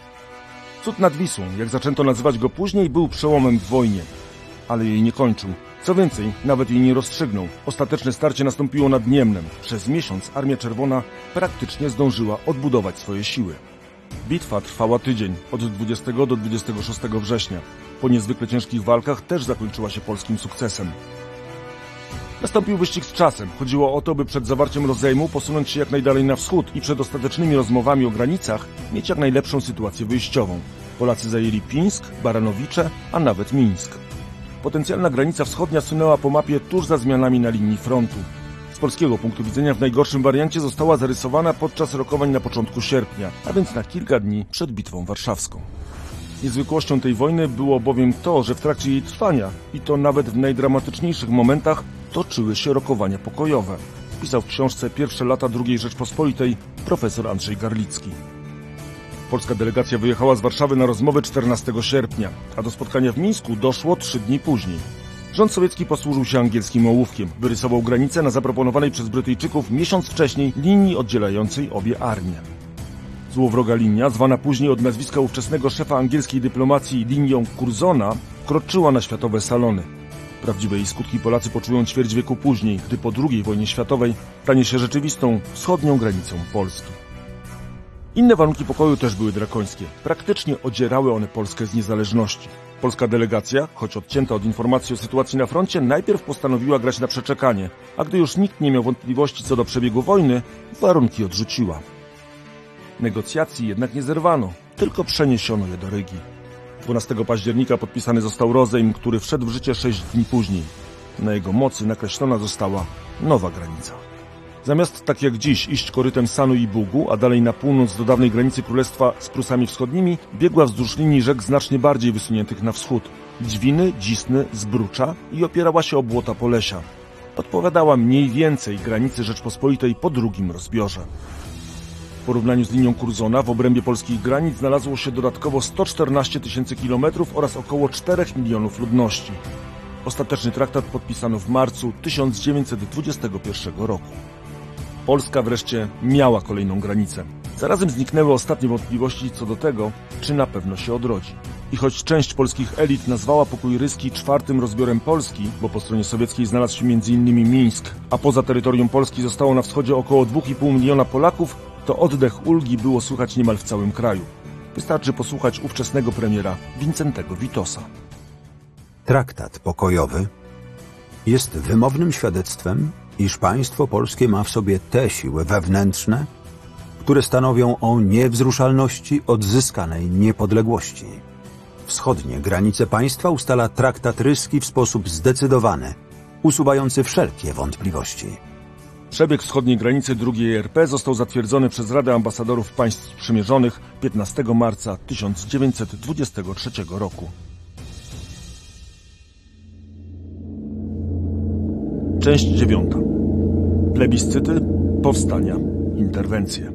[SPEAKER 1] Cud nad Wisłą, jak zaczęto nazywać go później, był przełomem w wojnie, ale jej nie kończył. Co więcej, nawet jej nie rozstrzygnął. Ostateczne starcie nastąpiło nad Niemnem. Przez miesiąc Armia Czerwona praktycznie zdążyła odbudować swoje siły. Bitwa trwała tydzień, od dwudziestego do dwudziestego szóstego września. Po niezwykle ciężkich walkach też zakończyła się polskim sukcesem. Nastąpił wyścig z czasem. Chodziło o to, by przed zawarciem rozejmu posunąć się jak najdalej na wschód i przed ostatecznymi rozmowami o granicach mieć jak najlepszą sytuację wyjściową. Polacy zajęli Pińsk, Baranowicze, a nawet Mińsk. Potencjalna granica wschodnia sunęła po mapie tuż za zmianami na linii frontu. Z polskiego punktu widzenia w najgorszym wariancie została zarysowana podczas rokowań na początku sierpnia, a więc na kilka dni przed Bitwą Warszawską. Niezwykłością tej wojny było bowiem to, że w trakcie jej trwania, i to nawet w najdramatyczniejszych momentach, toczyły się rokowania pokojowe. Pisał w książce Pierwsze lata drugiej Rzeczpospolitej profesor Andrzej Garlicki. Polska delegacja wyjechała z Warszawy na rozmowę czternastego sierpnia, a do spotkania w Mińsku doszło trzy dni później. Rząd sowiecki posłużył się angielskim ołówkiem. Wyrysował granicę na zaproponowanej przez Brytyjczyków miesiąc wcześniej linii oddzielającej obie armie. Złowroga linia, zwana później od nazwiska ówczesnego szefa angielskiej dyplomacji linią Curzona, kroczyła na światowe salony. Prawdziwe jej skutki Polacy poczują ćwierć wieku później, gdy po drugiej wojnie światowej stanie się rzeczywistą wschodnią granicą Polski. Inne warunki pokoju też były drakońskie. Praktycznie odzierały one Polskę z niezależności. Polska delegacja, choć odcięta od informacji o sytuacji na froncie, najpierw postanowiła grać na przeczekanie, a gdy już nikt nie miał wątpliwości co do przebiegu wojny, warunki odrzuciła. Negocjacji jednak nie zerwano, tylko przeniesiono je do Rygi. dwunastego października podpisany został rozejm, który wszedł w życie sześć dni później. Na jego mocy nakreślona została nowa granica. Zamiast tak jak dziś iść korytem Sanu i Bugu, a dalej na północ do dawnej granicy królestwa z Prusami Wschodnimi, biegła wzdłuż linii rzek znacznie bardziej wysuniętych na wschód. Dźwiny, Dzisny, Zbrucza i opierała się o błota Polesia. Podpowiadała mniej więcej granicy Rzeczpospolitej po drugim rozbiorze. W porównaniu z linią Curzona w obrębie polskich granic znalazło się dodatkowo sto czternaście tysięcy kilometrów oraz około czterech milionów ludności. Ostateczny traktat podpisano w marcu tysiąc dziewięćset dwudziestego pierwszego roku. Polska wreszcie miała kolejną granicę. Zarazem zniknęły ostatnie wątpliwości co do tego, czy na pewno się odrodzi. I choć część polskich elit nazwała pokój ryski czwartym rozbiorem Polski, bo po stronie sowieckiej znalazł się między innymi Mińsk, a poza terytorium Polski zostało na wschodzie około dwa i pół miliona Polaków, to oddech ulgi było słychać niemal w całym kraju. Wystarczy posłuchać ówczesnego premiera Wincentego Witosa.
[SPEAKER 3] Traktat pokojowy jest wymownym świadectwem, iż państwo polskie ma w sobie te siły wewnętrzne, które stanowią o niewzruszalności odzyskanej niepodległości. Wschodnie granice państwa ustala traktat ryski w sposób zdecydowany, usuwający wszelkie wątpliwości.
[SPEAKER 1] Przebieg wschodniej granicy drugiej R P został zatwierdzony przez Radę Ambasadorów Państw Sprzymierzonych piętnastego marca tysiąc dziewięćset dwudziestego trzeciego roku. Część dziewiąta. Plebiscyty, powstania, interwencje.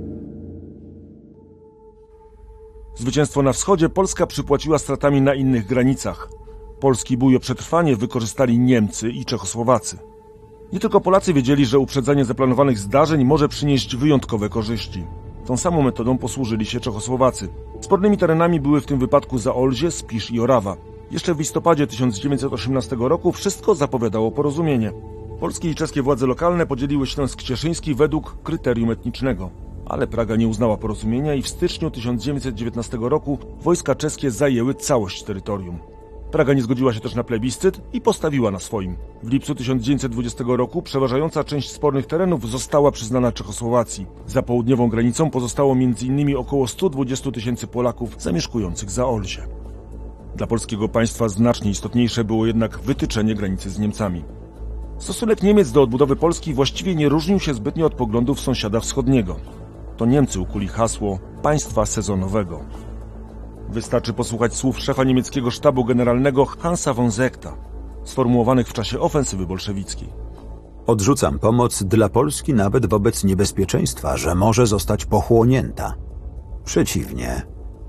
[SPEAKER 1] Zwycięstwo na wschodzie Polska przypłaciła stratami na innych granicach. Polski bój o przetrwanie wykorzystali Niemcy i Czechosłowacy. Nie tylko Polacy wiedzieli, że uprzedzenie zaplanowanych zdarzeń może przynieść wyjątkowe korzyści. Tą samą metodą posłużyli się Czechosłowacy. Spornymi terenami były w tym wypadku Zaolzie, Spisz i Orawa. Jeszcze w listopadzie tysiąc dziewięćset osiemnastego roku wszystko zapowiadało porozumienie. Polskie i czeskie władze lokalne podzieliły Śląsk Cieszyński według kryterium etnicznego. Ale Praga nie uznała porozumienia i w styczniu tysiąc dziewięćset dziewiętnastego roku wojska czeskie zajęły całość terytorium. Praga nie zgodziła się też na plebiscyt i postawiła na swoim. W lipcu tysiąc dziewięćset dwudziestego roku przeważająca część spornych terenów została przyznana Czechosłowacji. Za południową granicą pozostało między innymi około stu dwudziestu tysięcy Polaków zamieszkujących Zaolzie. Dla polskiego państwa znacznie istotniejsze było jednak wytyczenie granicy z Niemcami. Stosunek Niemiec do odbudowy Polski właściwie nie różnił się zbytnio od poglądów sąsiada wschodniego. To Niemcy ukuli hasło państwa sezonowego. Wystarczy posłuchać słów szefa niemieckiego sztabu generalnego Hansa von Seecta, sformułowanych w czasie ofensywy bolszewickiej.
[SPEAKER 3] Odrzucam pomoc dla Polski nawet wobec niebezpieczeństwa, że może zostać pochłonięta. Przeciwnie,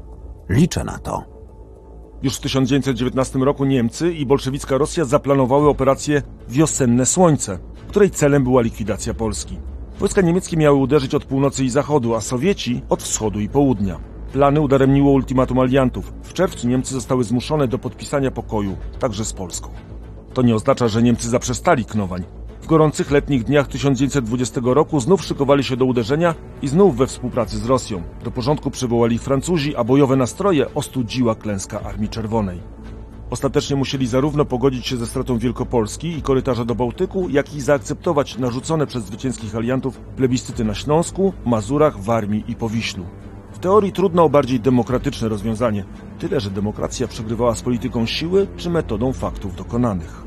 [SPEAKER 3] liczę na to.
[SPEAKER 1] Już w tysiąc dziewięćset dziewiętnastym roku Niemcy i bolszewicka Rosja zaplanowały operację Wiosenne Słońce, której celem była likwidacja Polski. Wojska niemieckie miały uderzyć od północy i zachodu, a Sowieci od wschodu i południa. Plany udaremniło ultimatum aliantów. W czerwcu Niemcy zostały zmuszone do podpisania pokoju, także z Polską. To nie oznacza, że Niemcy zaprzestali knowań. W gorących letnich dniach tysiąc dziewięćset dwudziestego roku znów szykowali się do uderzenia i znów we współpracy z Rosją. Do porządku przywołali ich Francuzi, a bojowe nastroje ostudziła klęska Armii Czerwonej. Ostatecznie musieli zarówno pogodzić się ze stratą Wielkopolski i korytarza do Bałtyku, jak i zaakceptować narzucone przez zwycięskich aliantów plebiscyty na Śląsku, Mazurach, Warmii i Powiślu. W teorii trudno o bardziej demokratyczne rozwiązanie, tyle że demokracja przegrywała z polityką siły czy metodą faktów dokonanych.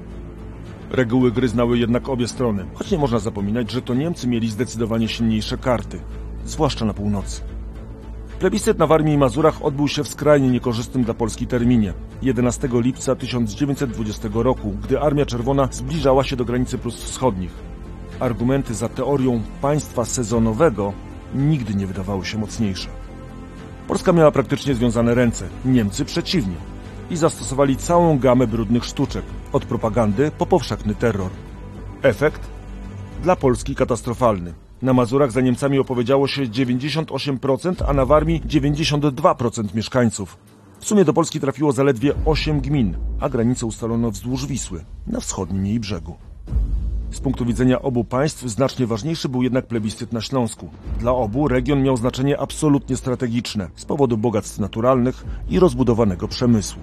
[SPEAKER 1] Reguły gry znały jednak obie strony, choć nie można zapominać, że to Niemcy mieli zdecydowanie silniejsze karty, zwłaszcza na północy. Plebiscyt na Warmii i Mazurach odbył się w skrajnie niekorzystnym dla Polski terminie, jedenastego lipca tysiąc dziewięćset dwudziestego roku, gdy Armia Czerwona zbliżała się do granicy Prus Wschodnich. Argumenty za teorią państwa sezonowego nigdy nie wydawały się mocniejsze. Polska miała praktycznie związane ręce, Niemcy przeciwnie. I zastosowali całą gamę brudnych sztuczek, od propagandy po powszechny terror. Efekt? Dla Polski katastrofalny. Na Mazurach za Niemcami opowiedziało się dziewięćdziesiąt osiem procent, a na Warmii dziewięćdziesiąt dwa procent mieszkańców. W sumie do Polski trafiło zaledwie osiem gmin, a granicę ustalono wzdłuż Wisły, na wschodnim jej brzegu. Z punktu widzenia obu państw znacznie ważniejszy był jednak plebiscyt na Śląsku. Dla obu region miał znaczenie absolutnie strategiczne z powodu bogactw naturalnych i rozbudowanego przemysłu.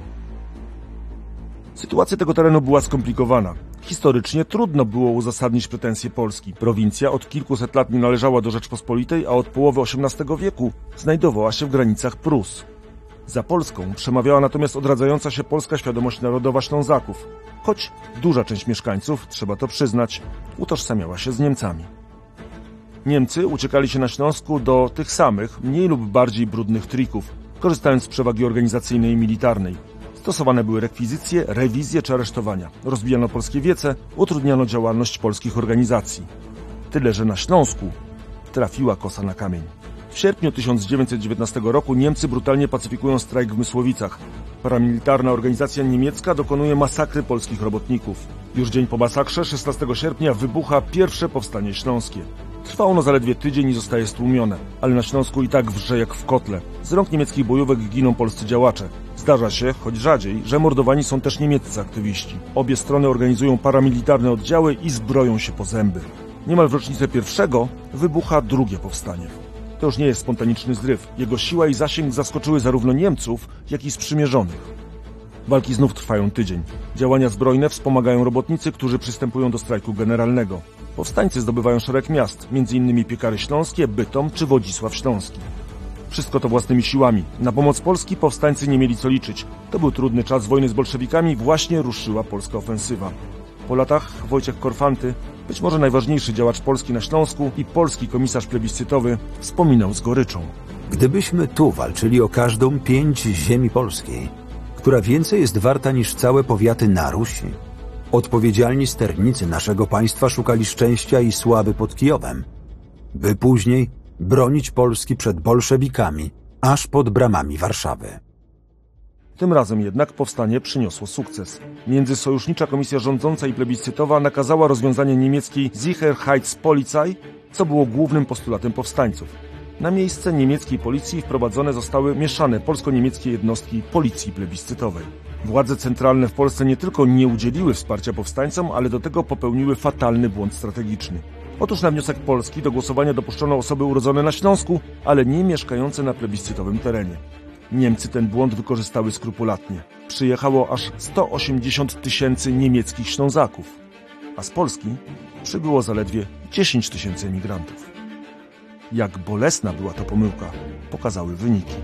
[SPEAKER 1] Sytuacja tego terenu była skomplikowana. Historycznie trudno było uzasadnić pretensje Polski. Prowincja od kilkuset lat nie należała do Rzeczpospolitej, a od połowy osiemnastego wieku znajdowała się w granicach Prus. Za Polską przemawiała natomiast odradzająca się polska świadomość narodowa Ślązaków, choć duża część mieszkańców, trzeba to przyznać, utożsamiała się z Niemcami. Niemcy uciekali się na Śląsku do tych samych, mniej lub bardziej brudnych trików, korzystając z przewagi organizacyjnej i militarnej. Stosowane były rekwizycje, rewizje czy aresztowania. Rozbijano polskie wiece, utrudniano działalność polskich organizacji. Tyle, że na Śląsku trafiła kosa na kamień. W sierpniu tysiąc dziewięćset dziewiętnastego roku Niemcy brutalnie pacyfikują strajk w Mysłowicach. Paramilitarna organizacja niemiecka dokonuje masakry polskich robotników. Już dzień po masakrze, szesnastego sierpnia, wybucha pierwsze powstanie śląskie. Trwa ono zaledwie tydzień i zostaje stłumione, ale na Śląsku i tak wrze jak w kotle. Z rąk niemieckich bojówek giną polscy działacze. Zdarza się, choć rzadziej, że mordowani są też niemieccy aktywiści. Obie strony organizują paramilitarne oddziały i zbroją się po zęby. Niemal w rocznicę pierwszego wybucha drugie powstanie. To już nie jest spontaniczny zryw. Jego siła i zasięg zaskoczyły zarówno Niemców, jak i sprzymierzonych. Walki znów trwają tydzień. Działania zbrojne wspomagają robotnicy, którzy przystępują do strajku generalnego. Powstańcy zdobywają szereg miast, między innymi Piekary Śląskie, Bytom czy Wodzisław Śląski. Wszystko to własnymi siłami. Na pomoc Polski powstańcy nie mieli co liczyć. To był trudny czas wojny z bolszewikami, właśnie ruszyła polska ofensywa. Po latach Wojciech Korfanty, być może najważniejszy działacz Polski na Śląsku i polski komisarz plebiscytowy, wspominał z goryczą.
[SPEAKER 3] Gdybyśmy tu walczyli o każdą pięć ziemi polskiej, która więcej jest warta niż całe powiaty na Rusi, odpowiedzialni sternicy naszego państwa szukali szczęścia i sławy pod Kijowem, by później bronić Polski przed bolszewikami, aż pod bramami Warszawy.
[SPEAKER 1] Tym razem jednak powstanie przyniosło sukces. Międzysojusznicza komisja rządząca i plebiscytowa nakazała rozwiązanie niemieckiej Sicherheitspolizei, co było głównym postulatem powstańców. Na miejsce niemieckiej policji wprowadzone zostały mieszane polsko-niemieckie jednostki policji plebiscytowej. Władze centralne w Polsce nie tylko nie udzieliły wsparcia powstańcom, ale do tego popełniły fatalny błąd strategiczny. Otóż na wniosek Polski do głosowania dopuszczono osoby urodzone na Śląsku, ale nie mieszkające na plebiscytowym terenie. Niemcy ten błąd wykorzystały skrupulatnie. Przyjechało aż sto osiemdziesiąt tysięcy niemieckich Ślązaków, a z Polski przybyło zaledwie dziesięć tysięcy emigrantów. Jak bolesna była to pomyłka, pokazały wyniki.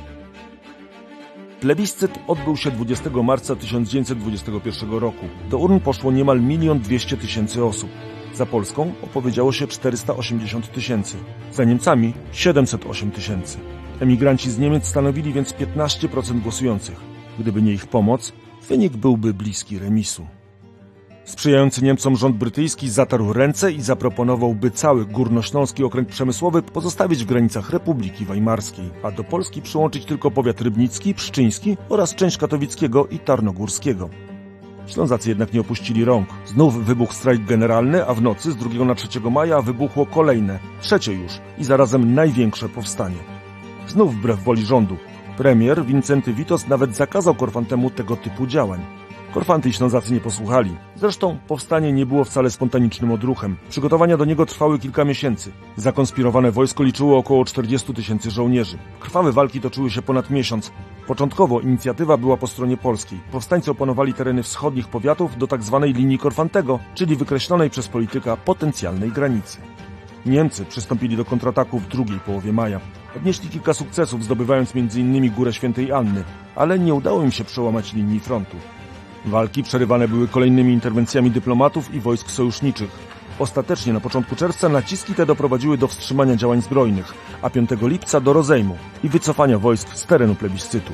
[SPEAKER 1] Plebiscyt odbył się dwudziestego marca tysiąc dziewięćset dwudziestego pierwszego roku. Do urn poszło niemal milion dwieście tysięcy osób. Za Polską opowiedziało się czterysta osiemdziesiąt tysięcy, za Niemcami siedemset osiem tysięcy. Emigranci z Niemiec stanowili więc piętnaście procent głosujących. Gdyby nie ich pomoc, wynik byłby bliski remisu. Sprzyjający Niemcom rząd brytyjski zatarł ręce i zaproponował, by cały Górnośląski Okręg Przemysłowy pozostawić w granicach Republiki Weimarskiej, a do Polski przyłączyć tylko powiat rybnicki, pszczyński oraz część katowickiego i tarnogórskiego. Ślązacy jednak nie opuścili rąk. Znów wybuchł strajk generalny, a w nocy z drugiego na trzeciego maja wybuchło kolejne, trzecie już i zarazem największe powstanie. Znów wbrew woli rządu. Premier Wincenty Witos nawet zakazał Korfantemu tego typu działań. Korfanty i Ślązacy nie posłuchali. Zresztą powstanie nie było wcale spontanicznym odruchem. Przygotowania do niego trwały kilka miesięcy. Zakonspirowane wojsko liczyło około czterdziestu tysięcy żołnierzy. Krwawe walki toczyły się ponad miesiąc. Początkowo inicjatywa była po stronie polskiej. Powstańcy opanowali tereny wschodnich powiatów do tzw. linii Korfantego, czyli wykreślonej przez polityka potencjalnej granicy. Niemcy przystąpili do kontrataku w drugiej połowie maja. Odnieśli kilka sukcesów, zdobywając między innymi Górę Świętej Anny, ale nie udało im się przełamać linii frontu. Walki przerywane były kolejnymi interwencjami dyplomatów i wojsk sojuszniczych. Ostatecznie na początku czerwca naciski te doprowadziły do wstrzymania działań zbrojnych, a piątego lipca do rozejmu i wycofania wojsk z terenu plebiscytu.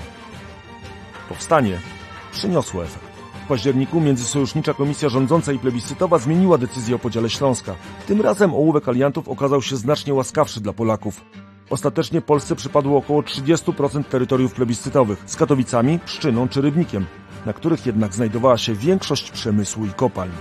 [SPEAKER 1] Powstanie przyniosło efekt. W październiku Międzysojusznicza Komisja Rządząca i Plebiscytowa zmieniła decyzję o podziale Śląska. Tym razem ołówek aliantów okazał się znacznie łaskawszy dla Polaków. Ostatecznie Polsce przypadło około trzydzieści procent terytoriów plebiscytowych z Katowicami, Pszczyną czy Rybnikiem, na których jednak znajdowała się większość przemysłu i kopalń.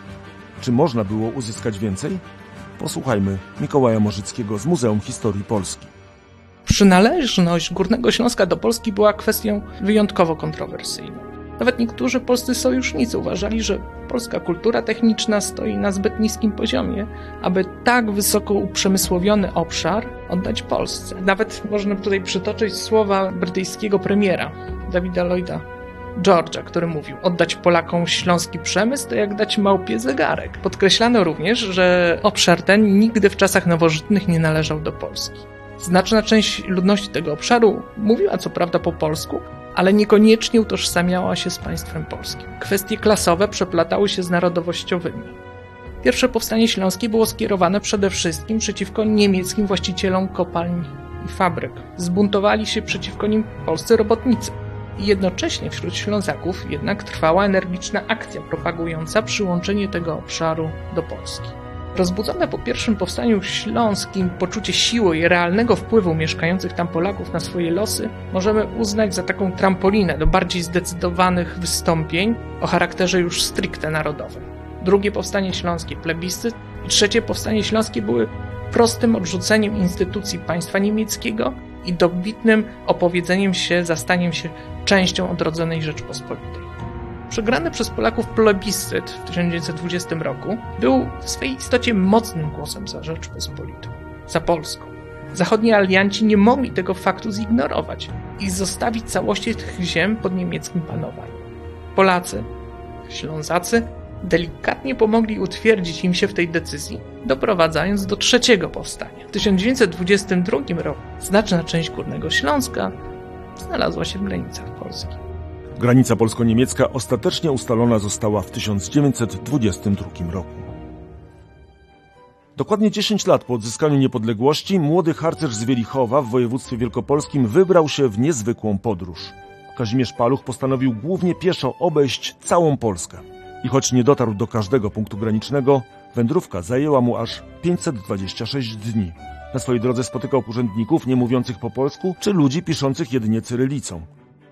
[SPEAKER 1] Czy można było uzyskać więcej? Posłuchajmy Mikołaja Morzyckiego z Muzeum Historii Polski.
[SPEAKER 2] Przynależność Górnego Śląska do Polski była kwestią wyjątkowo kontrowersyjną. Nawet niektórzy polscy sojusznicy uważali, że polska kultura techniczna stoi na zbyt niskim poziomie, aby tak wysoko uprzemysłowiony obszar oddać Polsce. Nawet można tutaj przytoczyć słowa brytyjskiego premiera Davida Lloyda George'a, który mówił: oddać Polakom śląski przemysł to jak dać małpie zegarek. Podkreślano również, że obszar ten nigdy w czasach nowożytnych nie należał do Polski. Znaczna część ludności tego obszaru mówiła co prawda po polsku, ale niekoniecznie utożsamiała się z państwem polskim. Kwestie klasowe przeplatały się z narodowościowymi. Pierwsze powstanie śląskie było skierowane przede wszystkim przeciwko niemieckim właścicielom kopalń i fabryk. Zbuntowali się przeciwko nim polscy robotnicy. I jednocześnie wśród Ślązaków jednak trwała energiczna akcja propagująca przyłączenie tego obszaru do Polski. Rozbudzone po pierwszym powstaniu śląskim poczucie siły i realnego wpływu mieszkających tam Polaków na swoje losy możemy uznać za taką trampolinę do bardziej zdecydowanych wystąpień o charakterze już stricte narodowym. Drugie powstanie śląskie, plebiscyt, i trzecie powstanie śląskie były prostym odrzuceniem instytucji państwa niemieckiego i dobitnym opowiedzeniem się, zastaniem się częścią odrodzonej Rzeczpospolitej. Przegrany przez Polaków plebiscyt w tysiąc dziewięćset dwudziestym roku był w swej istocie mocnym głosem za Rzeczpospolitą, za Polską. Zachodni alianci nie mogli tego faktu zignorować i zostawić całości tych ziem pod niemieckim panowaniem. Polacy, Ślązacy, delikatnie pomogli utwierdzić im się w tej decyzji, doprowadzając do trzeciego powstania. W tysiąc dziewięćset dwudziestym drugim roku znaczna część Górnego Śląska znalazła się w granicach Polski.
[SPEAKER 1] Granica polsko-niemiecka ostatecznie ustalona została w tysiąc dziewięćset dwudziestym drugim roku. Dokładnie dziesięć lat po odzyskaniu niepodległości młody harcerz z Wielichowa w województwie wielkopolskim wybrał się w niezwykłą podróż. Kazimierz Paluch postanowił głównie pieszo obejść całą Polskę. I choć nie dotarł do każdego punktu granicznego, wędrówka zajęła mu aż pięćset dwadzieścia sześć dni. Na swojej drodze spotykał urzędników nie mówiących po polsku, czy ludzi piszących jedynie cyrylicą.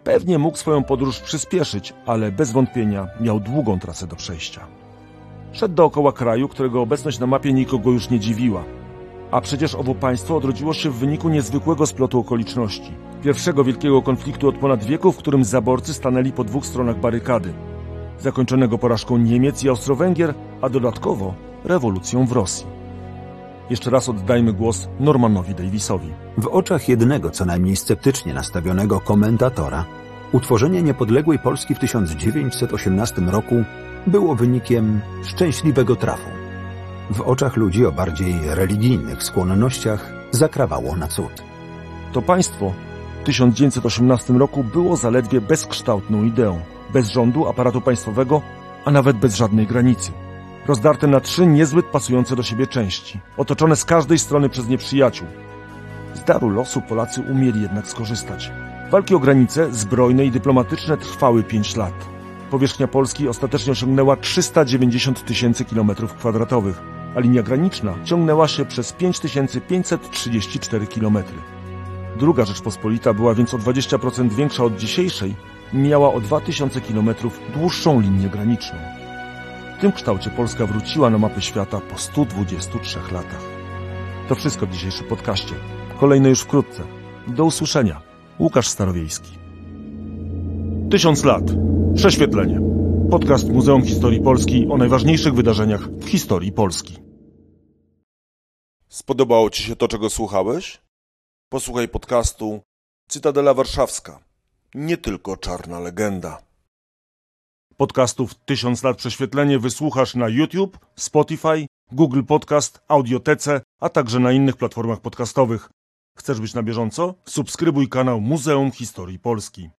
[SPEAKER 1] Pewnie mógł swoją podróż przyspieszyć, ale bez wątpienia miał długą trasę do przejścia. Szedł dookoła kraju, którego obecność na mapie nikogo już nie dziwiła. A przecież owo państwo odrodziło się w wyniku niezwykłego splotu okoliczności. Pierwszego wielkiego konfliktu od ponad wieku, w którym zaborcy stanęli po dwóch stronach barykady. Zakończonego porażką Niemiec i Austro-Węgier, a dodatkowo rewolucją w Rosji. Jeszcze raz oddajmy głos Normanowi Davisowi.
[SPEAKER 3] W oczach jednego co najmniej sceptycznie nastawionego komentatora utworzenie niepodległej Polski w tysiąc dziewięćset osiemnastym roku było wynikiem szczęśliwego trafu. W oczach ludzi o bardziej religijnych skłonnościach zakrawało na cud.
[SPEAKER 1] To państwo w tysiąc dziewięćset osiemnastym roku było zaledwie bezkształtną ideą, bez rządu, aparatu państwowego, a nawet bez żadnej granicy. Rozdarte na trzy niezbyt pasujące do siebie części, otoczone z każdej strony przez nieprzyjaciół. Z daru losu Polacy umieli jednak skorzystać. Walki o granice, zbrojne i dyplomatyczne, trwały pięć lat. Powierzchnia Polski ostatecznie osiągnęła trzysta dziewięćdziesiąt tysięcy kilometrów kwadratowych, a linia graniczna ciągnęła się przez pięć tysięcy pięćset trzydzieści cztery kilometry. Druga Rzeczpospolita była więc o dwadzieścia procent większa od dzisiejszej i miała o dwa tysiące kilometrów dłuższą linię graniczną. W tym kształcie Polska wróciła na mapę świata po stu dwudziestu trzech latach. To wszystko w dzisiejszym podcaście. Kolejne już wkrótce. Do usłyszenia. Łukasz Starowiejski. Tysiąc lat. Prześwietlenie. Podcast Muzeum Historii Polski o najważniejszych wydarzeniach w historii Polski. Spodobało Ci się to, czego słuchałeś? Posłuchaj podcastu Cytadela Warszawska. Nie tylko czarna legenda. Podcastów Tysiąc lat prześwietlenie wysłuchasz na YouTube, Spotify, Google Podcast, Audiotece, a także na innych platformach podcastowych. Chcesz być na bieżąco? Subskrybuj kanał Muzeum Historii Polski.